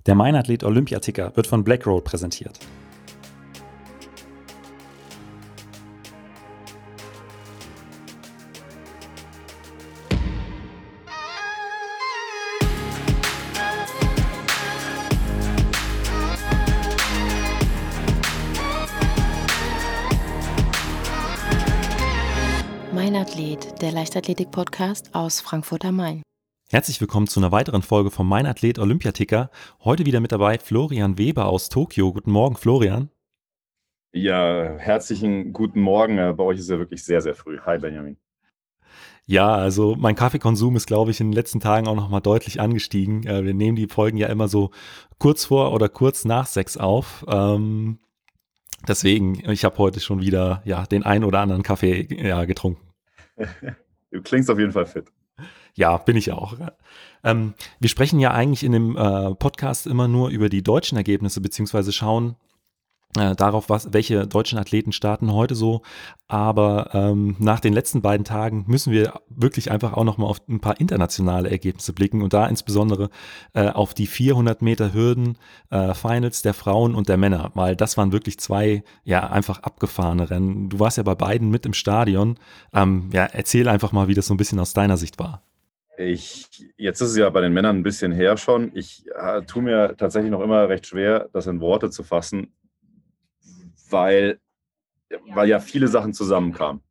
Der Meinathlet Olympiaticker wird von Blackroll präsentiert. Meinathlet, der Leichtathletik-Podcast aus Frankfurt am Main. Herzlich willkommen zu einer weiteren Folge vom Meinathlet Olympiaticker. Heute wieder mit dabei Florian Weber aus Tokio. Guten Morgen, Florian. Ja, herzlichen guten Morgen. Bei euch ist ja wirklich sehr, sehr früh. Hi, Benjamin. Ja, also mein Kaffeekonsum ist, glaube ich, in den letzten Tagen auch nochmal deutlich angestiegen. Wir nehmen die Folgen ja immer so kurz vor oder kurz nach 6 auf. Deswegen, ich habe heute schon wieder den ein oder anderen Kaffee getrunken. Du klingst auf jeden Fall fit. Ja, bin ich auch. Wir sprechen ja eigentlich in dem Podcast immer nur über die deutschen Ergebnisse, beziehungsweise schauen darauf, welche deutschen Athleten starten heute so. Aber nach den letzten beiden Tagen müssen wir wirklich einfach auch nochmal auf ein paar internationale Ergebnisse blicken und da insbesondere auf die 400 Meter Hürden Finals der Frauen und der Männer, weil das waren wirklich zwei einfach abgefahrene Rennen. Du warst ja bei beiden mit im Stadion. Erzähl einfach mal, wie das so ein bisschen aus deiner Sicht war. Jetzt ist es ja bei den Männern ein bisschen her schon. Ich tue mir tatsächlich noch immer recht schwer, das in Worte zu fassen, weil ja viele Sachen zusammenkamen.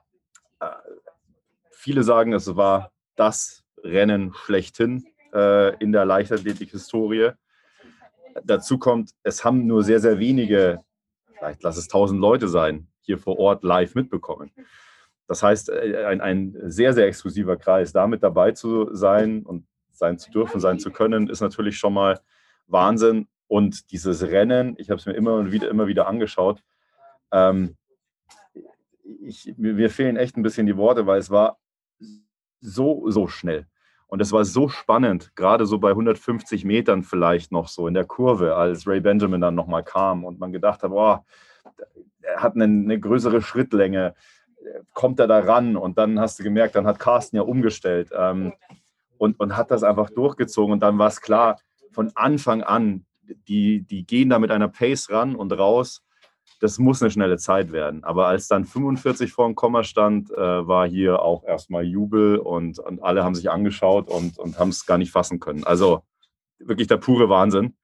Viele sagen, es war das Rennen schlechthin in der Leichtathletik-Historie. Dazu kommt, es haben nur sehr, sehr wenige, vielleicht lass es 1000 Leute sein, hier vor Ort live mitbekommen. Das heißt, ein sehr, sehr exklusiver Kreis. Damit dabei zu sein und sein zu dürfen, sein zu können, ist natürlich schon mal Wahnsinn. Und dieses Rennen, ich habe es mir immer wieder angeschaut, mir fehlen echt ein bisschen die Worte, weil es war so schnell. Und es war so spannend, gerade so bei 150 Metern vielleicht noch so in der Kurve, als Ray Benjamin dann nochmal kam und man gedacht hat, boah, er hat eine größere Schrittlänge, kommt er da ran? Und dann hast du gemerkt, dann hat Carsten ja umgestellt und hat das einfach durchgezogen. Und dann war es klar, von Anfang an, die gehen da mit einer Pace ran und raus. Das muss eine schnelle Zeit werden. Aber als dann 45 vor dem Komma stand, war hier auch erstmal Jubel und alle haben sich angeschaut und haben es gar nicht fassen können. Also wirklich der pure Wahnsinn.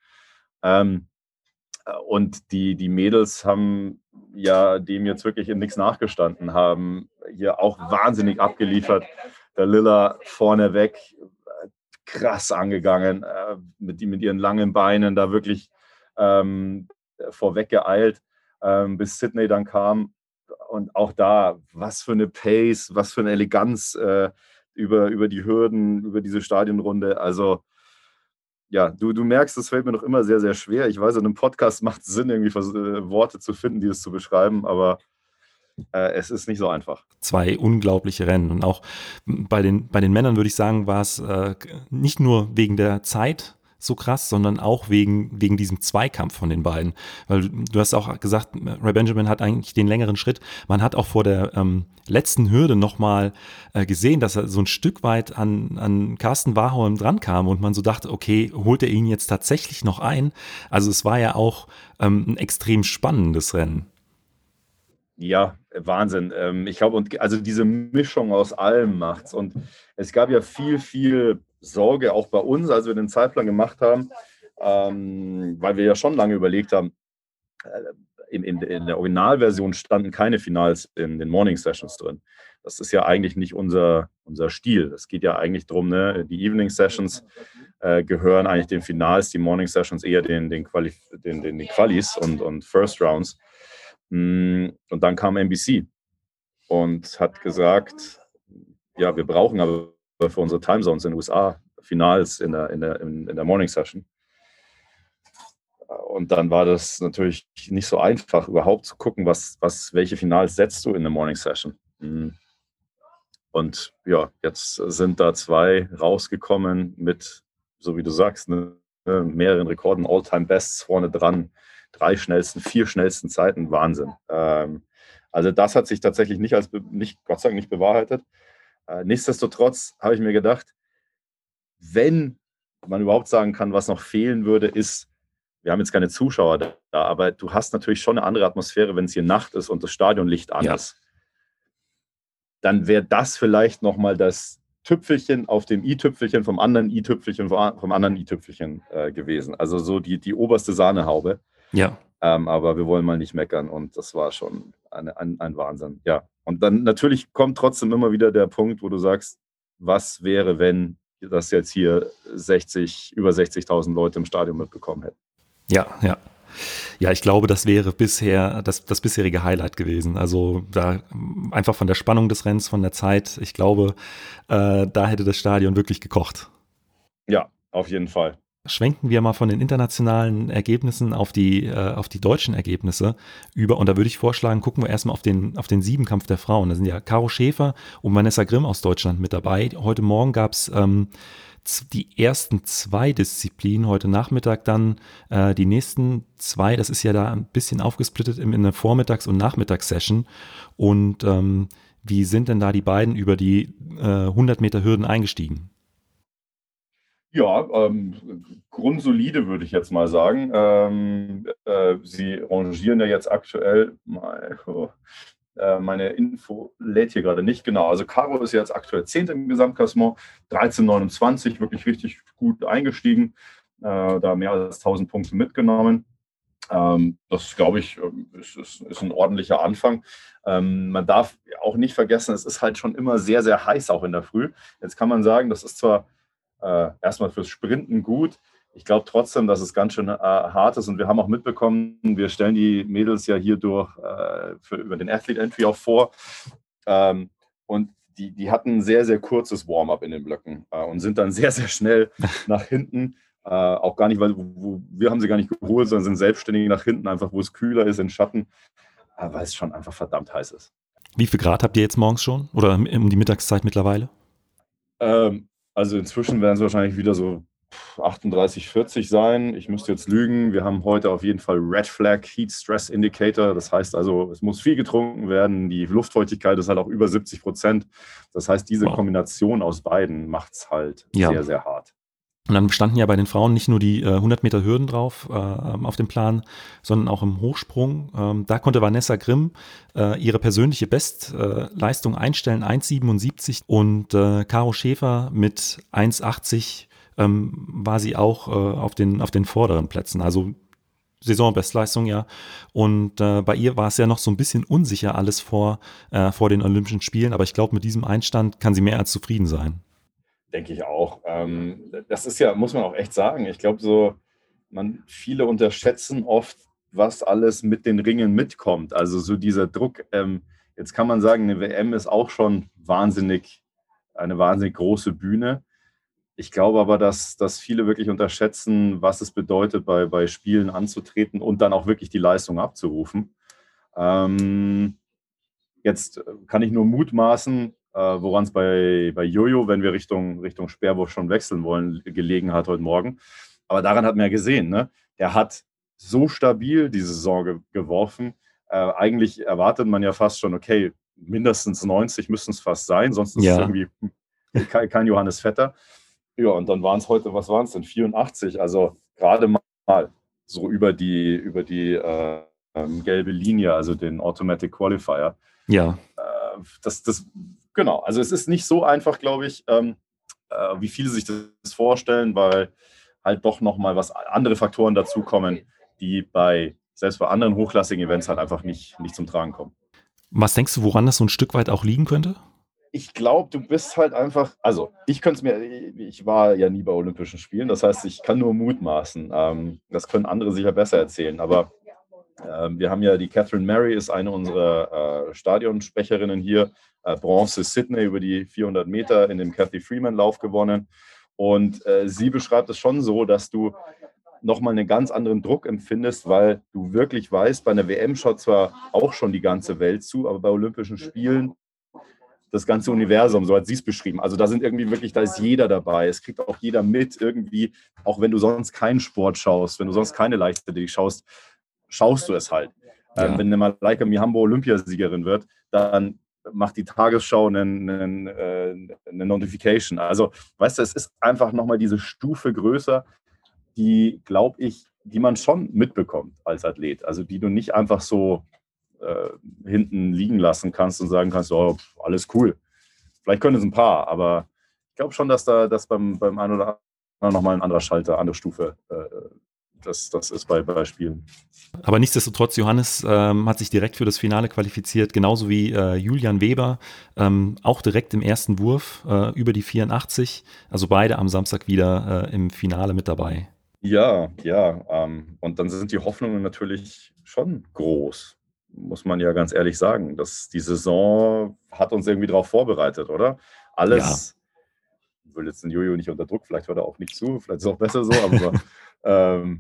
Und die Mädels haben ja dem jetzt wirklich in nichts nachgestanden, haben hier auch wahnsinnig abgeliefert. Der Lilla vorneweg, krass angegangen, mit ihren langen Beinen da wirklich vorweg geeilt, bis Sydney dann kam. Und auch da, was für eine Pace, was für eine Eleganz über die Hürden, über diese Stadionrunde. Also ja, du merkst, es fällt mir noch immer sehr, sehr schwer. Ich weiß, in einem Podcast macht es Sinn, irgendwie Worte zu finden, die es zu beschreiben, aber es ist nicht so einfach. Zwei unglaubliche Rennen. Und auch bei den Männern würde ich sagen, war es nicht nur wegen der Zeit so krass, sondern auch wegen diesem Zweikampf von den beiden. Weil du hast auch gesagt, Ray Benjamin hat eigentlich den längeren Schritt. Man hat auch vor der letzten Hürde nochmal gesehen, dass er so ein Stück weit an Carsten Warholm dran kam und man so dachte, okay, holt er ihn jetzt tatsächlich noch ein? Also es war ja auch ein extrem spannendes Rennen. Ja, Wahnsinn. Ich glaube, also diese Mischung aus allem macht's. Und es gab ja viel Sorge, auch bei uns, als wir den Zeitplan gemacht haben, weil wir ja schon lange überlegt haben, in der Originalversion standen keine Finals in den Morning Sessions drin. Das ist ja eigentlich nicht unser Stil. Es geht ja eigentlich darum, ne? Die Evening Sessions gehören eigentlich den Finals, die Morning Sessions eher den Qualis und First Rounds. Und dann kam NBC und hat gesagt, ja, wir brauchen aber für unsere Timezones in den USA Finals in der Morning Session. Und dann war das natürlich nicht so einfach, überhaupt zu gucken, welche Finals setzt du in der Morning Session. Und ja, jetzt sind da zwei rausgekommen mit, so wie du sagst, mehreren Rekorden, All-Time-Bests vorne dran, 4 schnellsten Zeiten, Wahnsinn. Also das hat sich tatsächlich Gott sei Dank nicht bewahrheitet. Nichtsdestotrotz habe ich mir gedacht, wenn man überhaupt sagen kann, was noch fehlen würde, ist, wir haben jetzt keine Zuschauer da, aber du hast natürlich schon eine andere Atmosphäre, wenn es hier Nacht ist und das Stadionlicht an Ja. ist. Dann wäre das vielleicht nochmal das Tüpfelchen auf dem i-Tüpfelchen vom anderen i-Tüpfelchen vom anderen i-Tüpfelchen gewesen. Also so die oberste Sahnehaube. Ja. Aber wir wollen mal nicht meckern und das war schon ein Wahnsinn. Ja. Und dann natürlich kommt trotzdem immer wieder der Punkt, wo du sagst, was wäre, wenn das jetzt hier über 60.000 Leute im Stadion mitbekommen hätten. Ja, ja. Ja, ich glaube, das wäre bisher das bisherige Highlight gewesen. Also da einfach von der Spannung des Rennens, von der Zeit, ich glaube, da hätte das Stadion wirklich gekocht. Ja, auf jeden Fall. Schwenken wir mal von den internationalen Ergebnissen auf die deutschen Ergebnisse über. Und da würde ich vorschlagen, gucken wir erstmal auf den Siebenkampf der Frauen. Da sind ja Caro Schäfer und Vanessa Grimm aus Deutschland mit dabei. Heute Morgen gab es die ersten 2 Disziplinen, heute Nachmittag dann die nächsten 2. Das ist ja da ein bisschen aufgesplittet in eine Vormittags- und Nachmittagssession. Und wie sind denn da die beiden über die 100 Meter Hürden eingestiegen? Ja, grundsolide würde ich jetzt mal sagen. Sie rangieren ja jetzt aktuell, meine Info lädt hier gerade nicht genau. Also Caro ist jetzt aktuell 10. im Gesamtklassement, 13,29, wirklich richtig gut eingestiegen, da mehr als 1000 Punkte mitgenommen. Das, glaube ich, ist ein ordentlicher Anfang. Man darf auch nicht vergessen, es ist halt schon immer sehr, sehr heiß auch in der Früh. Jetzt kann man sagen, das ist zwar erstmal fürs Sprinten gut. Ich glaube trotzdem, dass es ganz schön hart ist und wir haben auch mitbekommen, wir stellen die Mädels ja hier über den Athlete Entry auch vor und die hatten ein sehr, sehr kurzes Warm-up in den Blöcken und sind dann sehr, sehr schnell nach hinten, auch gar nicht, weil wir haben sie gar nicht geholt, sondern sind selbstständig nach hinten, einfach wo es kühler ist, in Schatten, weil es schon einfach verdammt heiß ist. Wie viel Grad habt ihr jetzt morgens schon oder um die Mittagszeit mittlerweile? Also inzwischen werden es wahrscheinlich wieder so 38, 40 sein. Ich müsste jetzt lügen. Wir haben heute auf jeden Fall Red Flag Heat Stress Indicator. Das heißt also, es muss viel getrunken werden. Die Luftfeuchtigkeit ist halt auch über 70%. Das heißt, diese Kombination aus beiden macht es halt sehr, sehr hart. Und dann standen ja bei den Frauen nicht nur die 100 Meter Hürden drauf auf dem Plan, sondern auch im Hochsprung. Da konnte Vanessa Grimm ihre persönliche Bestleistung einstellen, 1,77. Und Caro Schäfer mit 1,80 war sie auch auf den vorderen Plätzen. Also Saisonbestleistung, ja. Und bei ihr war es ja noch so ein bisschen unsicher alles vor den Olympischen Spielen. Aber ich glaube, mit diesem Einstand kann sie mehr als zufrieden sein. Denke ich auch. Das ist ja, muss man auch echt sagen, ich glaube viele unterschätzen oft, was alles mit den Ringen mitkommt. Also so dieser Druck. Jetzt kann man sagen, eine WM ist auch schon eine wahnsinnig große Bühne. Ich glaube aber, dass viele wirklich unterschätzen, was es bedeutet, bei Spielen anzutreten und dann auch wirklich die Leistung abzurufen. Jetzt kann ich nur mutmaßen, woran es bei Jojo, wenn wir Richtung Speerwurf schon wechseln wollen, gelegen hat heute Morgen. Aber daran hat man ja gesehen, ne? Der hat so stabil diese Saison geworfen. Eigentlich erwartet man ja fast schon, okay, mindestens 90 müssten es fast sein, sonst ist es irgendwie kein Johannes Vetter. Ja, und dann waren es heute, was waren es denn? 84, also gerade mal so über die gelbe Linie, also den Automatic Qualifier. Ja. Genau, also es ist nicht so einfach, glaube ich, wie viele sich das vorstellen, weil halt doch nochmal andere Faktoren dazukommen, die selbst bei anderen hochklassigen Events halt einfach nicht zum Tragen kommen. Was denkst du, woran das so ein Stück weit auch liegen könnte? Ich glaube, du bist halt einfach, also ich war ja nie bei Olympischen Spielen, das heißt, ich kann nur mutmaßen. Das können andere sicher besser erzählen, aber wir haben ja die Catherine Mary, ist eine unserer Stadionsprecherinnen hier, Bronze Sydney über die 400 Meter in dem Cathy Freeman-Lauf gewonnen. Und sie beschreibt es schon so, dass du nochmal einen ganz anderen Druck empfindest, weil du wirklich weißt, bei einer WM schaut zwar auch schon die ganze Welt zu, aber bei Olympischen Spielen das ganze Universum, so hat sie es beschrieben. Also da ist jeder dabei. Es kriegt auch jeder mit irgendwie, auch wenn du sonst keinen Sport schaust, wenn du sonst keine Leichtathletik schaust du es halt. Wenn eine Malaika Mihambo Olympiasiegerin wird, dann macht die Tagesschau eine Notification. Also, weißt du, es ist einfach nochmal diese Stufe größer, die, glaube ich, die man schon mitbekommt als Athlet. Also die du nicht einfach so hinten liegen lassen kannst und sagen kannst, oh, alles cool. Vielleicht können es ein paar, aber ich glaube schon, dass da das beim einen oder anderen nochmal ein anderer Schalter, andere Stufe das ist bei Spielen. Aber nichtsdestotrotz, Johannes hat sich direkt für das Finale qualifiziert, genauso wie Julian Weber, auch direkt im ersten Wurf über die 84. Also beide am Samstag wieder im Finale mit dabei. Ja. Und dann sind die Hoffnungen natürlich schon groß, muss man ja ganz ehrlich sagen. Die Saison hat uns irgendwie darauf vorbereitet, oder? Alles, ich will jetzt den Jojo nicht unter Druck, vielleicht hört er auch nicht zu, vielleicht ist es auch besser so, aber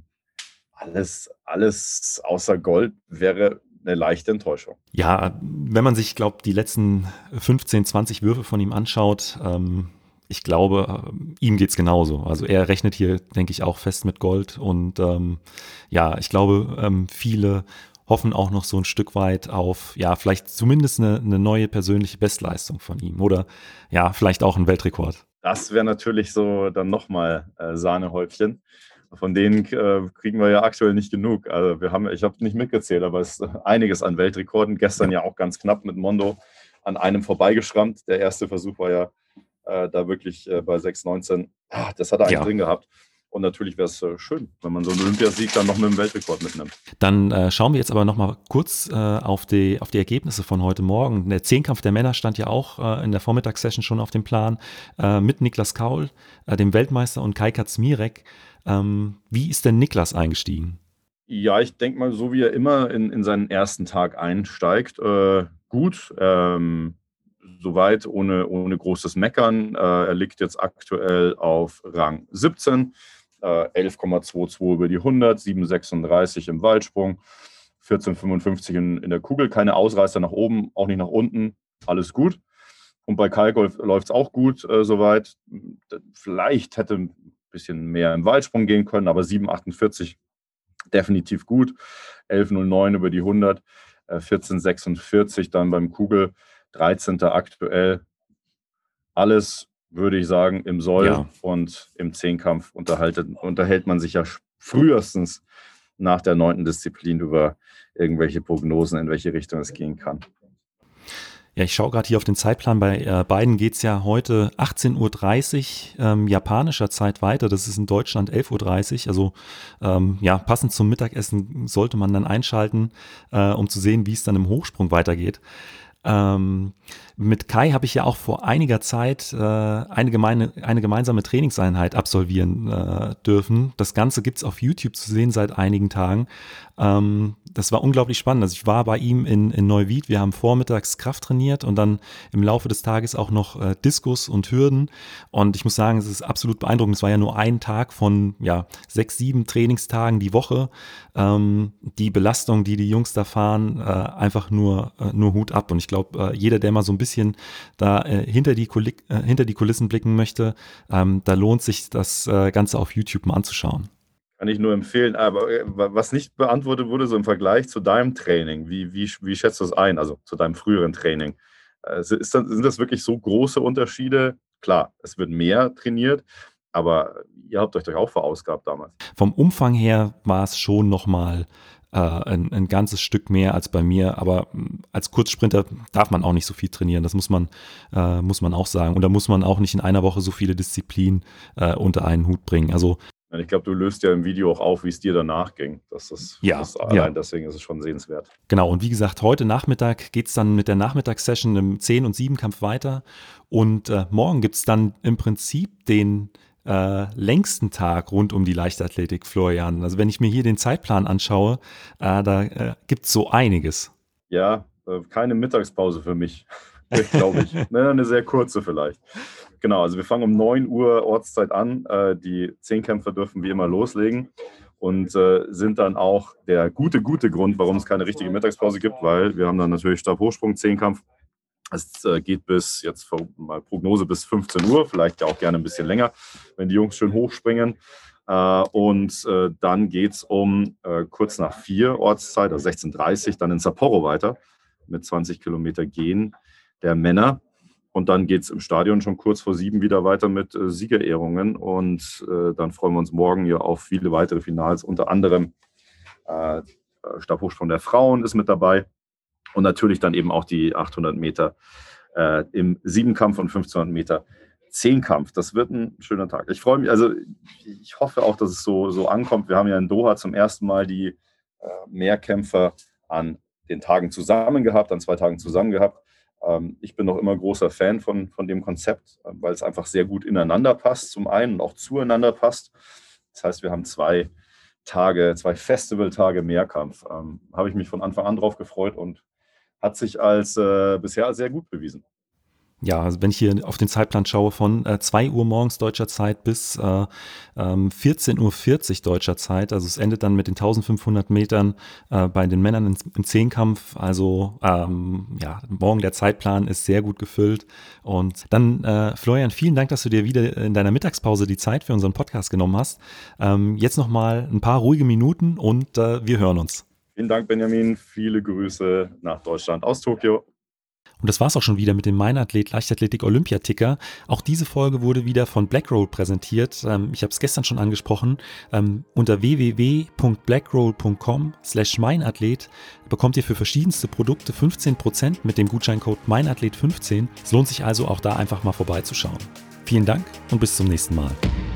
alles außer Gold wäre eine leichte Enttäuschung. Ja, wenn man sich, glaube die letzten 15, 20 Würfe von ihm anschaut, ich glaube, ihm geht's genauso. Also er rechnet hier, denke ich, auch fest mit Gold. Und ich glaube, viele hoffen auch noch so ein Stück weit auf, ja, vielleicht zumindest eine neue persönliche Bestleistung von ihm. Oder ja, vielleicht auch einen Weltrekord. Das wäre natürlich so dann nochmal Sahnehäubchen. Von denen kriegen wir ja aktuell nicht genug. Also ich habe nicht mitgezählt, aber es ist einiges an Weltrekorden. Gestern ja auch ganz knapp mit Mondo an einem vorbeigeschrammt. Der erste Versuch war ja da wirklich bei 6,19. Das hat er eigentlich drin gehabt. Und natürlich wäre es schön, wenn man so einen Olympiasieg dann noch mit dem Weltrekord mitnimmt. Dann schauen wir jetzt aber noch mal kurz auf die Ergebnisse von heute Morgen. Der Zehnkampf der Männer stand ja auch in der Vormittagssession schon auf dem Plan mit Niklas Kaul, dem Weltmeister, und Kai Kaczmirek. Wie ist denn Niklas eingestiegen? Ja, ich denke mal, so wie er immer in seinen ersten Tag einsteigt, gut. Soweit ohne großes Meckern. Er liegt jetzt aktuell auf Rang 17, 11,22 über die 100, 7,36 im Weitsprung, 14,55 in der Kugel. Keine Ausreißer nach oben, auch nicht nach unten. Alles gut. Und bei Kai läuft es auch gut soweit. Vielleicht hätte ein bisschen mehr im Weitsprung gehen können, aber 7,48 definitiv gut. 11,09 über die 100, 14,46 dann beim Kugel. 13. aktuell. Alles, würde ich sagen, im Soll und im Zehnkampf unterhält man sich ja frühestens nach der 9. Disziplin über irgendwelche Prognosen, in welche Richtung es gehen kann. Ja, ich schaue gerade hier auf den Zeitplan. Bei beiden geht es ja heute 18:30 Uhr japanischer Zeit weiter. Das ist in Deutschland 11:30 Uhr. Also passend zum Mittagessen sollte man dann einschalten, um zu sehen, wie es dann im Hochsprung weitergeht. Mit Kai habe ich ja auch vor einiger Zeit eine gemeinsame Trainingseinheit absolvieren dürfen. Das Ganze gibt es auf YouTube zu sehen seit einigen Tagen. Das war unglaublich spannend. Also ich war bei ihm in Neuwied. Wir haben vormittags Kraft trainiert und dann im Laufe des Tages auch noch Diskus und Hürden. Und ich muss sagen, es ist absolut beeindruckend. Es war ja nur ein Tag von 6, 7 Trainingstagen die Woche. Die Belastung, die Jungs da fahren, einfach nur Hut ab. Und ich glaube, jeder, der mal so ein bisschen da hinter die Kulissen blicken möchte, da lohnt sich das Ganze auf YouTube mal anzuschauen. Kann ich nur empfehlen. Aber was nicht beantwortet wurde, so im Vergleich zu deinem Training, wie schätzt du das ein, also zu deinem früheren Training? Sind das wirklich so große Unterschiede? Klar, es wird mehr trainiert, aber ihr habt euch doch auch verausgabt damals. Vom Umfang her war es schon nochmal ein ganzes Stück mehr als bei mir, aber als Kurzsprinter darf man auch nicht so viel trainieren, das muss man auch sagen. Und da muss man auch nicht in einer Woche so viele Disziplinen unter einen Hut bringen. Also ich glaube, du löst ja im Video auch auf, wie es dir danach ging. Deswegen ist es schon sehenswert. Genau, und wie gesagt, heute Nachmittag geht es dann mit der Nachmittagssession im 10- und 7-Kampf weiter. Und morgen gibt es dann im Prinzip den längsten Tag rund um die Leichtathletik, Florian. Also wenn ich mir hier den Zeitplan anschaue, da gibt es so einiges. Ja, keine Mittagspause für mich, glaube ich. Eine sehr kurze vielleicht. Genau, also wir fangen um 9 Uhr Ortszeit an. Die Zehnkämpfer dürfen wie immer loslegen und sind dann auch der gute Grund, warum es keine richtige Mittagspause gibt, weil wir haben dann natürlich Stabhochsprung, Zehnkampf. Es geht jetzt mal Prognose bis 15 Uhr, vielleicht ja auch gerne ein bisschen länger, wenn die Jungs schön hochspringen. Und dann geht es um kurz nach 4 Ortszeit, also 16:30 dann in Sapporo weiter mit 20 Kilometer gehen. der Männer. Und dann geht es im Stadion schon kurz vor 7 wieder weiter mit Siegerehrungen. Und dann freuen wir uns morgen hier auf viele weitere Finals. Unter anderem Stabhochsprung der Frauen ist mit dabei. Und natürlich dann eben auch die 800 Meter im Siebenkampf und 1500 Meter Zehnkampf. Das wird ein schöner Tag. Ich freue mich, also ich hoffe auch, dass es so ankommt. Wir haben ja in Doha zum ersten Mal die Mehrkämpfer an den Tagen zusammen gehabt, an 2 Tagen zusammen gehabt. Ich bin noch immer großer Fan von dem Konzept, weil es einfach sehr gut ineinander passt, zum einen und auch zueinander passt. Das heißt, wir haben 2 Festivaltage Mehrkampf. Habe ich mich von Anfang an drauf gefreut und hat sich als bisher sehr gut bewiesen. Ja, also wenn ich hier auf den Zeitplan schaue, von 2 Uhr morgens deutscher Zeit bis 14.40 Uhr deutscher Zeit, also es endet dann mit den 1500 Metern bei den Männern im Zehnkampf, also morgen der Zeitplan ist sehr gut gefüllt. Und dann, Florian, vielen Dank, dass du dir wieder in deiner Mittagspause die Zeit für unseren Podcast genommen hast. Jetzt nochmal ein paar ruhige Minuten und wir hören uns. Vielen Dank, Benjamin. Viele Grüße nach Deutschland aus Tokio. Und das war's auch schon wieder mit dem Meinathlet Leichtathletik Olympiaticker. Auch diese Folge wurde wieder von Blackroll präsentiert. Ich habe es gestern schon angesprochen. Unter www.blackroll.com/meinathlet bekommt ihr für verschiedenste Produkte 15% mit dem Gutscheincode Meinathlet15. Es lohnt sich also auch da einfach mal vorbeizuschauen. Vielen Dank und bis zum nächsten Mal.